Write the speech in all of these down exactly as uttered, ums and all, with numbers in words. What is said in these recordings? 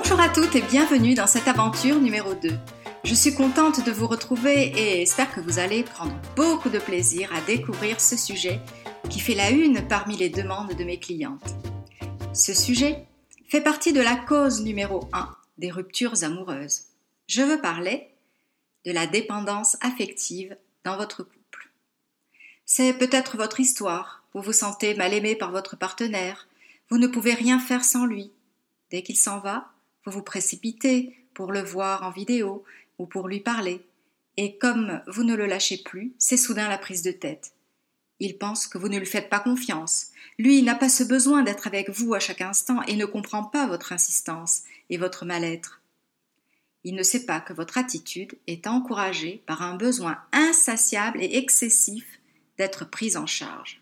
Bonjour à toutes et bienvenue dans cette aventure numéro deux. Je suis contente de vous retrouver et espère que vous allez prendre beaucoup de plaisir à découvrir ce sujet qui fait la une parmi les demandes de mes clientes. Ce sujet fait partie de la cause numéro un des ruptures amoureuses. Je veux parler de la dépendance affective dans votre couple. C'est peut-être votre histoire, vous vous sentez mal aimé par votre partenaire, vous ne pouvez rien faire sans lui. Dès qu'il s'en va, vous vous précipitez pour le voir en vidéo ou pour lui parler. Et comme vous ne le lâchez plus, c'est soudain la prise de tête. Il pense que vous ne lui faites pas confiance. Lui, il n'a pas ce besoin d'être avec vous à chaque instant et ne comprend pas votre insistance et votre mal-être. Il ne sait pas que votre attitude est encouragée par un besoin insatiable et excessif d'être prise en charge.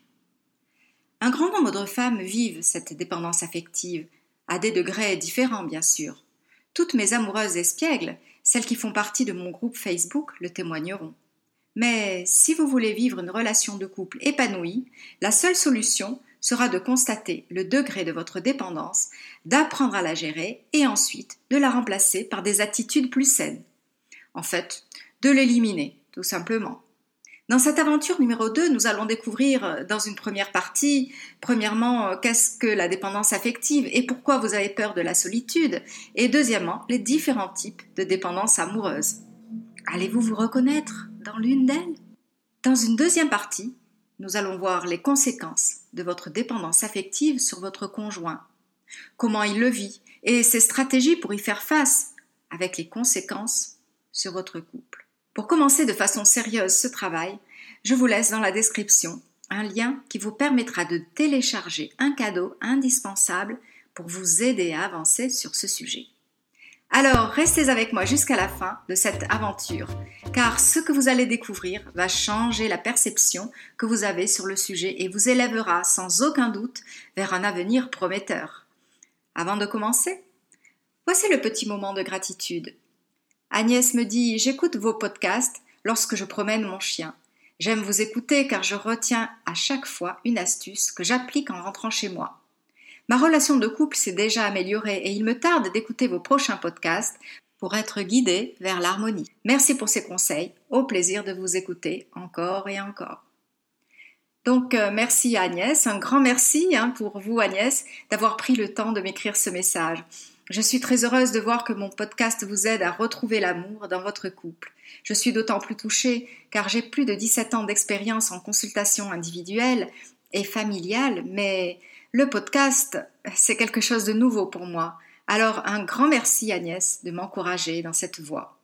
Un grand nombre de femmes vivent cette dépendance affective, à des degrés différents bien sûr. Toutes mes amoureuses espiègles, celles qui font partie de mon groupe Facebook, le témoigneront. Mais si vous voulez vivre une relation de couple épanouie, la seule solution sera de constater le degré de votre dépendance, d'apprendre à la gérer et ensuite de la remplacer par des attitudes plus saines. En fait, de l'éliminer, tout simplement. Dans cette aventure numéro deux, nous allons découvrir dans une première partie, premièrement, qu'est-ce que la dépendance affective et pourquoi vous avez peur de la solitude, et deuxièmement, les différents types de dépendance amoureuse. Allez-vous vous reconnaître dans l'une d'elles ? Dans une deuxième partie, nous allons voir les conséquences de votre dépendance affective sur votre conjoint, comment il le vit et ses stratégies pour y faire face, avec les conséquences sur votre couple. Pour commencer de façon sérieuse ce travail, je vous laisse dans la description un lien qui vous permettra de télécharger un cadeau indispensable pour vous aider à avancer sur ce sujet. Alors, restez avec moi jusqu'à la fin de cette aventure, car ce que vous allez découvrir va changer la perception que vous avez sur le sujet et vous élèvera sans aucun doute vers un avenir prometteur. Avant de commencer, voici le petit moment de gratitude. Agnès me dit « J'écoute vos podcasts lorsque je promène mon chien. J'aime vous écouter car je retiens à chaque fois une astuce que j'applique en rentrant chez moi. Ma relation de couple s'est déjà améliorée et il me tarde d'écouter vos prochains podcasts pour être guidée vers l'harmonie. Merci pour ces conseils. Au plaisir de vous écouter encore et encore. » Donc, euh, merci Agnès. Un grand merci hein, pour vous Agnès d'avoir pris le temps de m'écrire ce message. Je suis très heureuse de voir que mon podcast vous aide à retrouver l'amour dans votre couple. Je suis d'autant plus touchée car j'ai plus de dix-sept ans d'expérience en consultation individuelle et familiale, mais le podcast, c'est quelque chose de nouveau pour moi. Alors un grand merci Agnès de m'encourager dans cette voie.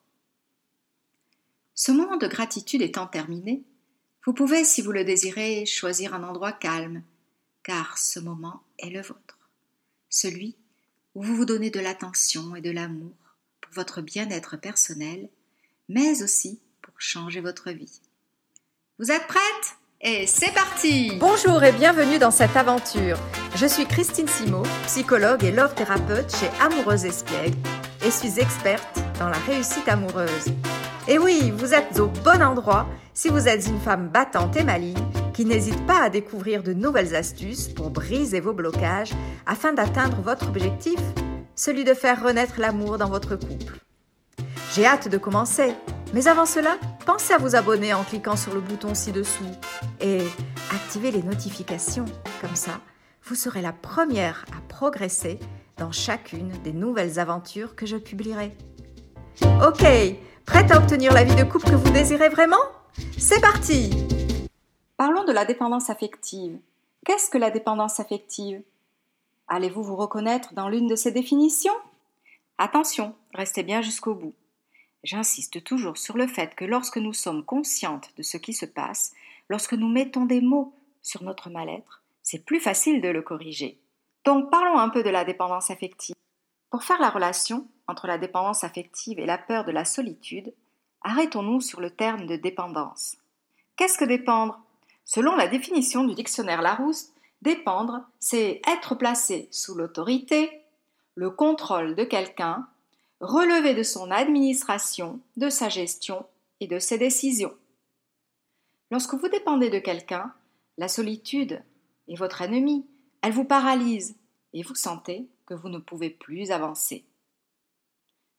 Ce moment de gratitude étant terminé, vous pouvez, si vous le désirez, choisir un endroit calme, car ce moment est le vôtre. Celui où vous vous donnez de l'attention et de l'amour pour votre bien-être personnel, mais aussi pour changer votre vie. Vous êtes prêtes ? Et c'est parti ! Bonjour et bienvenue dans cette aventure. Je suis Christine Simot, psychologue et love thérapeute chez Amoureuse Espiègle et suis experte dans la réussite amoureuse. Et oui, vous êtes au bon endroit si vous êtes une femme battante et maligne qui n'hésite pas à découvrir de nouvelles astuces pour briser vos blocages afin d'atteindre votre objectif, celui de faire renaître l'amour dans votre couple. J'ai hâte de commencer, mais avant cela, pensez à vous abonner en cliquant sur le bouton ci-dessous et activez les notifications. Comme ça, vous serez la première à progresser dans chacune des nouvelles aventures que je publierai. Ok, prête à obtenir la vie de couple que vous désirez vraiment ? C'est parti ! Parlons de la dépendance affective. Qu'est-ce que la dépendance affective ? Allez-vous vous reconnaître dans l'une de ces définitions ? Attention, restez bien jusqu'au bout. J'insiste toujours sur le fait que lorsque nous sommes conscientes de ce qui se passe, lorsque nous mettons des mots sur notre mal-être, c'est plus facile de le corriger. Donc parlons un peu de la dépendance affective. Pour faire la relation entre la dépendance affective et la peur de la solitude, arrêtons-nous sur le terme de dépendance. Qu'est-ce que dépendre ? Selon la définition du dictionnaire Larousse, dépendre, c'est être placé sous l'autorité, le contrôle de quelqu'un, relever de son administration, de sa gestion et de ses décisions. Lorsque vous dépendez de quelqu'un, la solitude est votre ennemi, elle vous paralyse et vous sentez que vous ne pouvez plus avancer.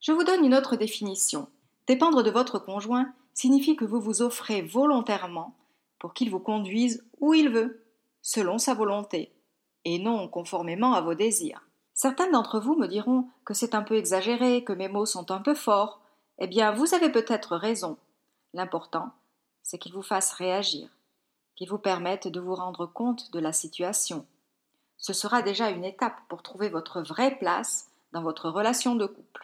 Je vous donne une autre définition. Dépendre de votre conjoint signifie que vous vous offrez volontairement pour qu'il vous conduise où il veut, selon sa volonté, et non conformément à vos désirs. Certains d'entre vous me diront que c'est un peu exagéré, que mes mots sont un peu forts. Eh bien, vous avez peut-être raison. L'important, c'est qu'ils vous fassent réagir, qu'ils vous permettent de vous rendre compte de la situation. Ce sera déjà une étape pour trouver votre vraie place dans votre relation de couple.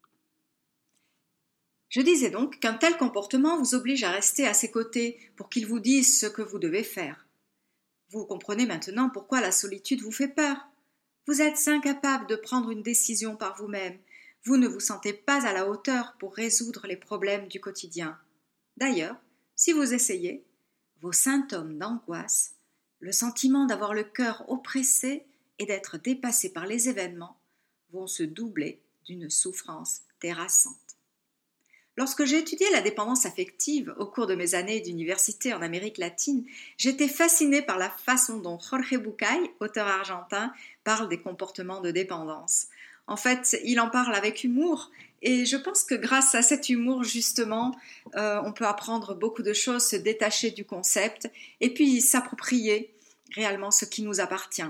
Je disais donc qu'un tel comportement vous oblige à rester à ses côtés pour qu'il vous dise ce que vous devez faire. Vous comprenez maintenant pourquoi la solitude vous fait peur. Vous êtes incapable de prendre une décision par vous-même. Vous ne vous sentez pas à la hauteur pour résoudre les problèmes du quotidien. D'ailleurs, si vous essayez, vos symptômes d'angoisse, le sentiment d'avoir le cœur oppressé et d'être dépassé par les événements vont se doubler d'une souffrance terrassante. Lorsque j'ai étudié la dépendance affective au cours de mes années d'université en Amérique latine, j'étais fascinée par la façon dont Jorge Bucay, auteur argentin, parle des comportements de dépendance. En fait, il en parle avec humour et je pense que grâce à cet humour, justement, euh, on peut apprendre beaucoup de choses, se détacher du concept et puis s'approprier réellement ce qui nous appartient.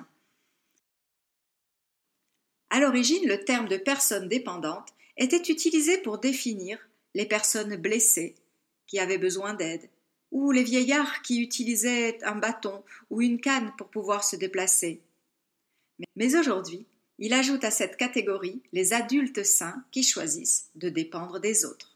À l'origine, le terme de personne dépendante était utilisé pour définir les personnes blessées qui avaient besoin d'aide, ou les vieillards qui utilisaient un bâton ou une canne pour pouvoir se déplacer. Mais aujourd'hui, il ajoute à cette catégorie les adultes sains qui choisissent de dépendre des autres.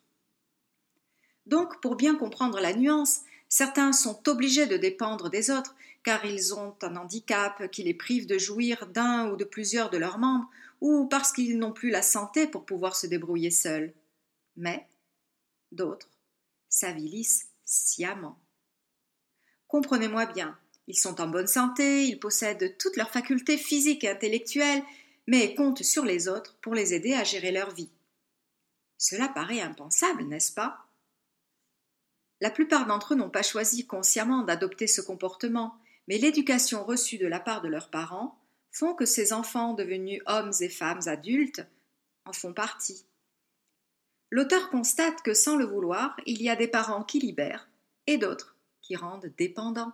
Donc, pour bien comprendre la nuance, certains sont obligés de dépendre des autres car ils ont un handicap qui les prive de jouir d'un ou de plusieurs de leurs membres ou parce qu'ils n'ont plus la santé pour pouvoir se débrouiller seuls. Mais d'autres s'avilissent sciemment. Comprenez-moi bien, ils sont en bonne santé, ils possèdent toutes leurs facultés physiques et intellectuelles, mais comptent sur les autres pour les aider à gérer leur vie. Cela paraît impensable, n'est-ce pas? La plupart d'entre eux n'ont pas choisi consciemment d'adopter ce comportement, mais l'éducation reçue de la part de leurs parents font que ces enfants devenus hommes et femmes adultes en font partie. L'auteur constate que sans le vouloir, il y a des parents qui libèrent et d'autres qui rendent dépendants.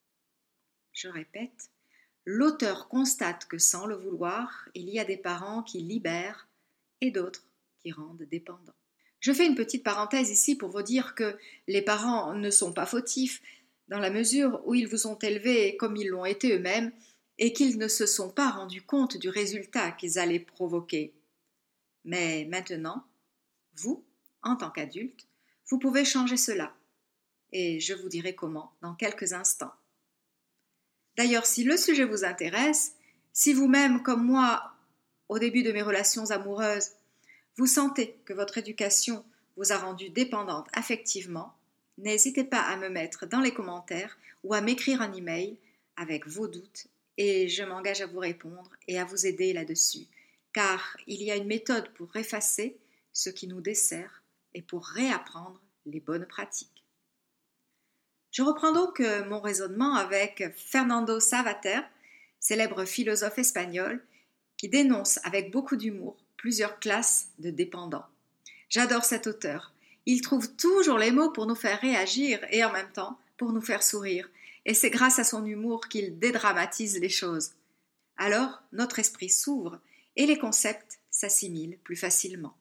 Je répète, l'auteur constate que sans le vouloir, il y a des parents qui libèrent et d'autres qui rendent dépendants. Je fais une petite parenthèse ici pour vous dire que les parents ne sont pas fautifs dans la mesure où ils vous ont élevés comme ils l'ont été eux-mêmes et qu'ils ne se sont pas rendus compte du résultat qu'ils allaient provoquer. Mais maintenant, vous, en tant qu'adulte, vous pouvez changer cela. Et je vous dirai comment dans quelques instants. D'ailleurs, si le sujet vous intéresse, si vous-même, comme moi, au début de mes relations amoureuses, vous sentez que votre éducation vous a rendu dépendante affectivement, n'hésitez pas à me mettre dans les commentaires ou à m'écrire un email avec vos doutes et je m'engage à vous répondre et à vous aider là-dessus, car il y a une méthode pour effacer ce qui nous dessert et pour réapprendre les bonnes pratiques. Je reprends donc mon raisonnement avec Fernando Savater, célèbre philosophe espagnol, qui dénonce avec beaucoup d'humour plusieurs classes de dépendants. J'adore cet auteur. Il trouve toujours les mots pour nous faire réagir et en même temps pour nous faire sourire. Et c'est grâce à son humour qu'il dédramatise les choses. Alors, notre esprit s'ouvre et les concepts s'assimilent plus facilement.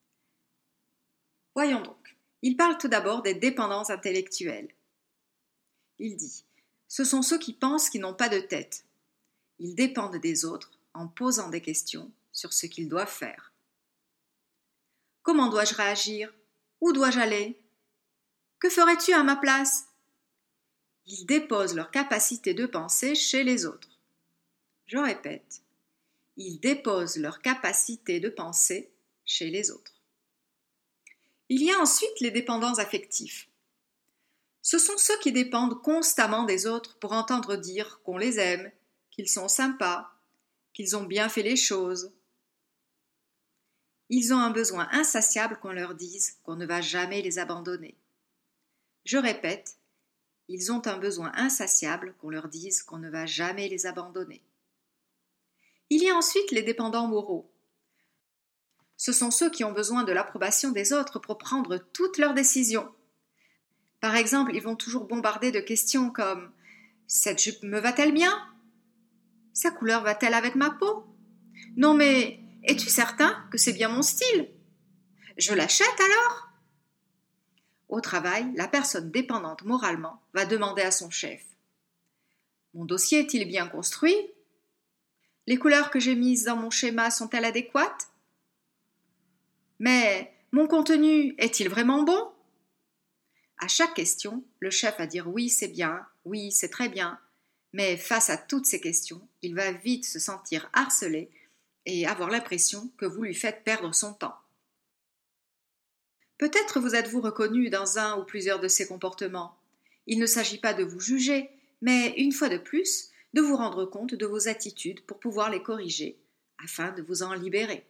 Voyons donc. Il parle tout d'abord des dépendants intellectuels. Il dit « Ce sont ceux qui pensent qu'ils n'ont pas de tête. Ils dépendent des autres en posant des questions sur ce qu'ils doivent faire. Comment dois-je réagir? Où dois-je aller? Que ferais-tu à ma place? Ils déposent leur capacité de penser chez les autres. Je répète, ils déposent leur capacité de penser chez les autres. Il y a ensuite les dépendants affectifs. Ce sont ceux qui dépendent constamment des autres pour entendre dire qu'on les aime, qu'ils sont sympas, qu'ils ont bien fait les choses. Ils ont un besoin insatiable qu'on leur dise qu'on ne va jamais les abandonner. Je répète, ils ont un besoin insatiable qu'on leur dise qu'on ne va jamais les abandonner. Il y a ensuite les dépendants moraux. Ce sont ceux qui ont besoin de l'approbation des autres pour prendre toutes leurs décisions. Par exemple, ils vont toujours bombarder de questions comme « Cette jupe me va-t-elle bien ? Sa couleur va-t-elle avec ma peau ? Non mais, es-tu certain que c'est bien mon style ? Je l'achète alors ?» Au travail, la personne dépendante moralement va demander à son chef « Mon dossier est-il bien construit ? Les couleurs que j'ai mises dans mon schéma sont-elles adéquates ? Mais mon contenu est-il vraiment bon ? » À chaque question, le chef va dire « Oui, c'est bien, oui, c'est très bien », mais face à toutes ces questions, il va vite se sentir harcelé et avoir l'impression que vous lui faites perdre son temps. Peut-être vous êtes-vous reconnu dans un ou plusieurs de ces comportements. Il ne s'agit pas de vous juger, mais une fois de plus, de vous rendre compte de vos attitudes pour pouvoir les corriger, afin de vous en libérer.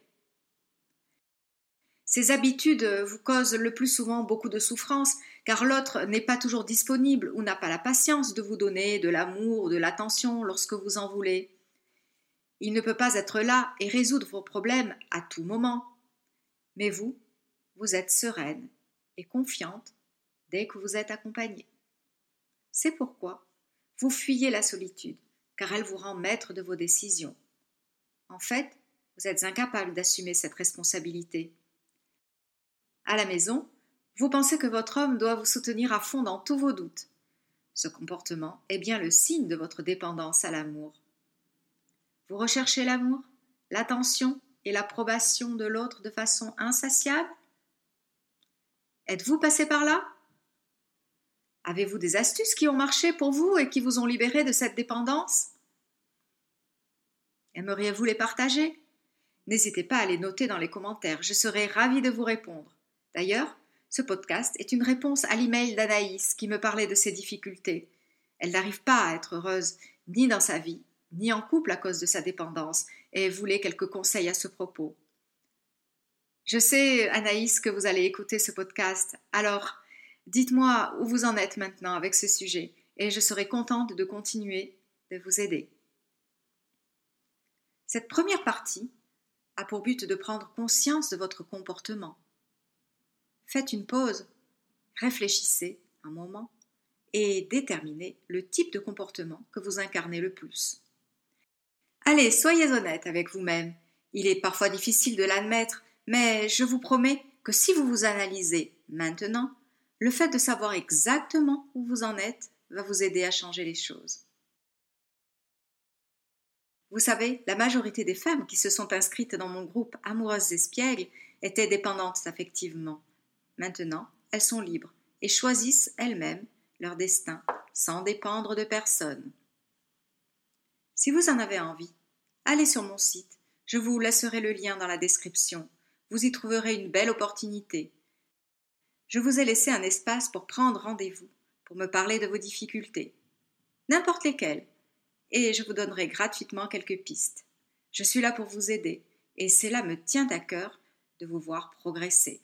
Ces habitudes vous causent le plus souvent beaucoup de souffrance, car l'autre n'est pas toujours disponible ou n'a pas la patience de vous donner de l'amour ou de l'attention lorsque vous en voulez. Il ne peut pas être là et résoudre vos problèmes à tout moment. Mais vous, vous êtes sereine et confiante dès que vous êtes accompagnée. C'est pourquoi vous fuyez la solitude, car elle vous rend maître de vos décisions. En fait, vous êtes incapable d'assumer cette responsabilité. À la maison, vous pensez que votre homme doit vous soutenir à fond dans tous vos doutes. Ce comportement est bien le signe de votre dépendance à l'amour. Vous recherchez l'amour, l'attention et l'approbation de l'autre de façon insatiable ? Êtes-vous passé par là ? Avez-vous des astuces qui ont marché pour vous et qui vous ont libéré de cette dépendance ? Aimeriez-vous les partager ? N'hésitez pas à les noter dans les commentaires, je serai ravie de vous répondre. D'ailleurs, ce podcast est une réponse à l'email d'Anaïs qui me parlait de ses difficultés. Elle n'arrive pas à être heureuse, ni dans sa vie, ni en couple à cause de sa dépendance, et voulait quelques conseils à ce propos. Je sais, Anaïs, que vous allez écouter ce podcast, alors dites-moi où vous en êtes maintenant avec ce sujet, et je serai contente de continuer de vous aider. Cette première partie a pour but de prendre conscience de votre comportement. Faites une pause, réfléchissez un moment et déterminez le type de comportement que vous incarnez le plus. Allez, soyez honnête avec vous-même. Il est parfois difficile de l'admettre, mais je vous promets que si vous vous analysez maintenant, le fait de savoir exactement où vous en êtes va vous aider à changer les choses. Vous savez, la majorité des femmes qui se sont inscrites dans mon groupe Amoureuses espiègles étaient dépendantes affectivement. Maintenant, elles sont libres et choisissent elles-mêmes leur destin sans dépendre de personne. Si vous en avez envie, allez sur mon site, je vous laisserai le lien dans la description. Vous y trouverez une belle opportunité. Je vous ai laissé un espace pour prendre rendez-vous, pour me parler de vos difficultés, n'importe lesquelles, et je vous donnerai gratuitement quelques pistes. Je suis là pour vous aider, et cela me tient à cœur de vous voir progresser.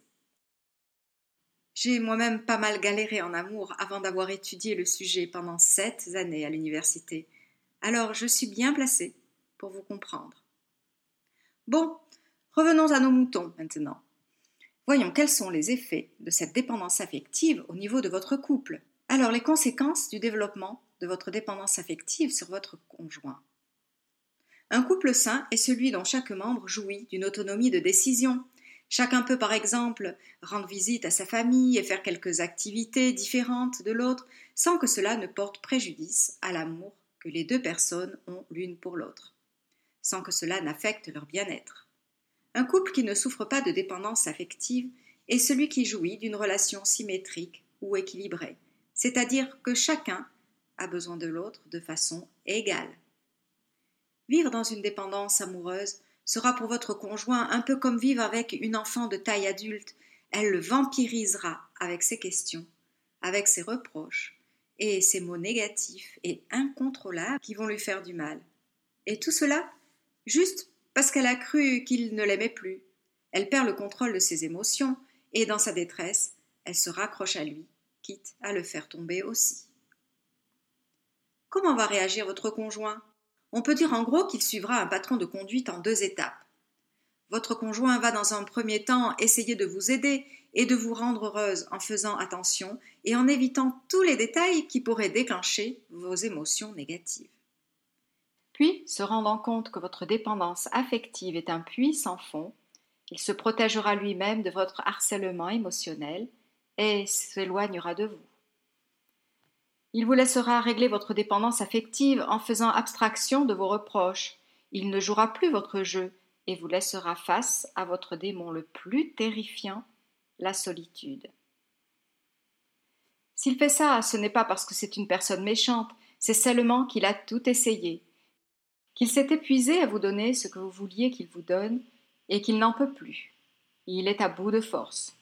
J'ai moi-même pas mal galéré en amour avant d'avoir étudié le sujet pendant sept années à l'université, alors je suis bien placée pour vous comprendre. Bon, revenons à nos moutons maintenant. Voyons quels sont les effets de cette dépendance affective au niveau de votre couple. Alors, les conséquences du développement de votre dépendance affective sur votre conjoint. Un couple sain est celui dont chaque membre jouit d'une autonomie de décision. Chacun peut, par exemple, rendre visite à sa famille et faire quelques activités différentes de l'autre sans que cela ne porte préjudice à l'amour que les deux personnes ont l'une pour l'autre, sans que cela n'affecte leur bien-être. Un couple qui ne souffre pas de dépendance affective est celui qui jouit d'une relation symétrique ou équilibrée, c'est-à-dire que chacun a besoin de l'autre de façon égale. Vivre dans une dépendance amoureuse sera pour votre conjoint un peu comme vivre avec une enfant de taille adulte. Elle le vampirisera avec ses questions, avec ses reproches et ses mots négatifs et incontrôlables qui vont lui faire du mal. Et tout cela juste parce qu'elle a cru qu'il ne l'aimait plus. Elle perd le contrôle de ses émotions et dans sa détresse, elle se raccroche à lui, quitte à le faire tomber aussi. Comment va réagir votre conjoint ? On peut dire en gros qu'il suivra un patron de conduite en deux étapes. Votre conjoint va dans un premier temps essayer de vous aider et de vous rendre heureuse en faisant attention et en évitant tous les détails qui pourraient déclencher vos émotions négatives. Puis, se rendant compte que votre dépendance affective est un puits sans fond, il se protégera lui-même de votre harcèlement émotionnel et s'éloignera de vous. Il vous laissera régler votre dépendance affective en faisant abstraction de vos reproches. Il ne jouera plus votre jeu et vous laissera face à votre démon le plus terrifiant, la solitude. S'il fait ça, ce n'est pas parce que c'est une personne méchante, c'est seulement qu'il a tout essayé, qu'il s'est épuisé à vous donner ce que vous vouliez qu'il vous donne et qu'il n'en peut plus. Il est à bout de force.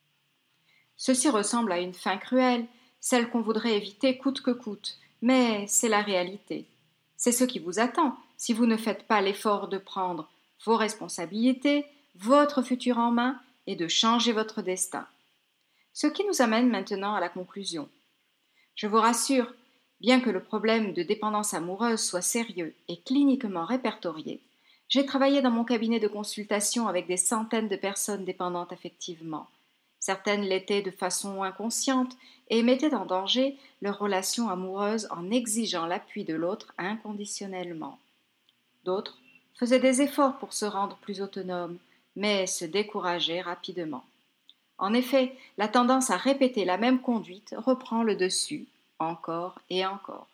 Ceci ressemble à une fin cruelle, celle qu'on voudrait éviter coûte que coûte, mais c'est la réalité. C'est ce qui vous attend si vous ne faites pas l'effort de prendre vos responsabilités, votre futur en main et de changer votre destin. Ce qui nous amène maintenant à la conclusion. Je vous rassure, bien que le problème de dépendance amoureuse soit sérieux et cliniquement répertorié, j'ai travaillé dans mon cabinet de consultation avec des centaines de personnes dépendantes affectivement. Certaines l'étaient de façon inconsciente et mettaient en danger leur relation amoureuse en exigeant l'appui de l'autre inconditionnellement. D'autres faisaient des efforts pour se rendre plus autonomes, mais se décourageaient rapidement. En effet, la tendance à répéter la même conduite reprend le dessus, encore et encore.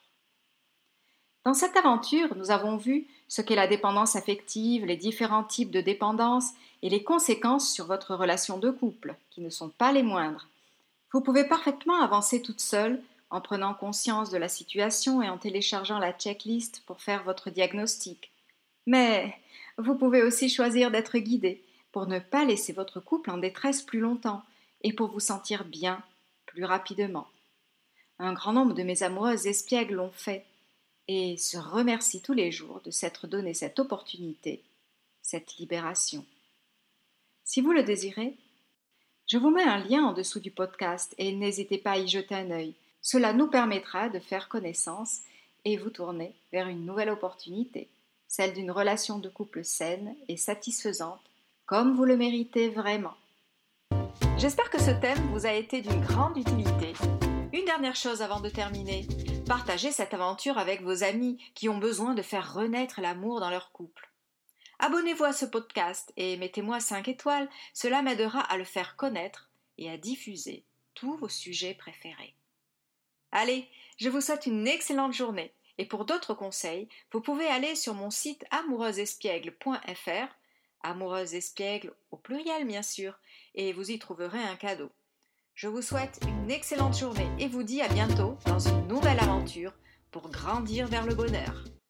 Dans cette aventure, nous avons vu ce qu'est la dépendance affective, les différents types de dépendance et les conséquences sur votre relation de couple, qui ne sont pas les moindres. Vous pouvez parfaitement avancer toute seule en prenant conscience de la situation et en téléchargeant la checklist pour faire votre diagnostic. Mais vous pouvez aussi choisir d'être guidé pour ne pas laisser votre couple en détresse plus longtemps et pour vous sentir bien plus rapidement. Un grand nombre de mes amoureuses espiègles l'ont fait et se remercient tous les jours de s'être donné cette opportunité, cette libération. Si vous le désirez, je vous mets un lien en dessous du podcast et n'hésitez pas à y jeter un œil. Cela nous permettra de faire connaissance et vous tourner vers une nouvelle opportunité, celle d'une relation de couple saine et satisfaisante, comme vous le méritez vraiment. J'espère que ce thème vous a été d'une grande utilité. Une dernière chose avant de terminer, partagez cette aventure avec vos amis qui ont besoin de faire renaître l'amour dans leur couple. Abonnez-vous à ce podcast et mettez-moi cinq étoiles, cela m'aidera à le faire connaître et à diffuser tous vos sujets préférés. Allez, je vous souhaite une excellente journée et pour d'autres conseils, vous pouvez aller sur mon site amoureuseespiègle point f r, amoureuse espiègle au pluriel bien sûr, et vous y trouverez un cadeau. Je vous souhaite une excellente journée et vous dis à bientôt dans une nouvelle aventure pour grandir vers le bonheur.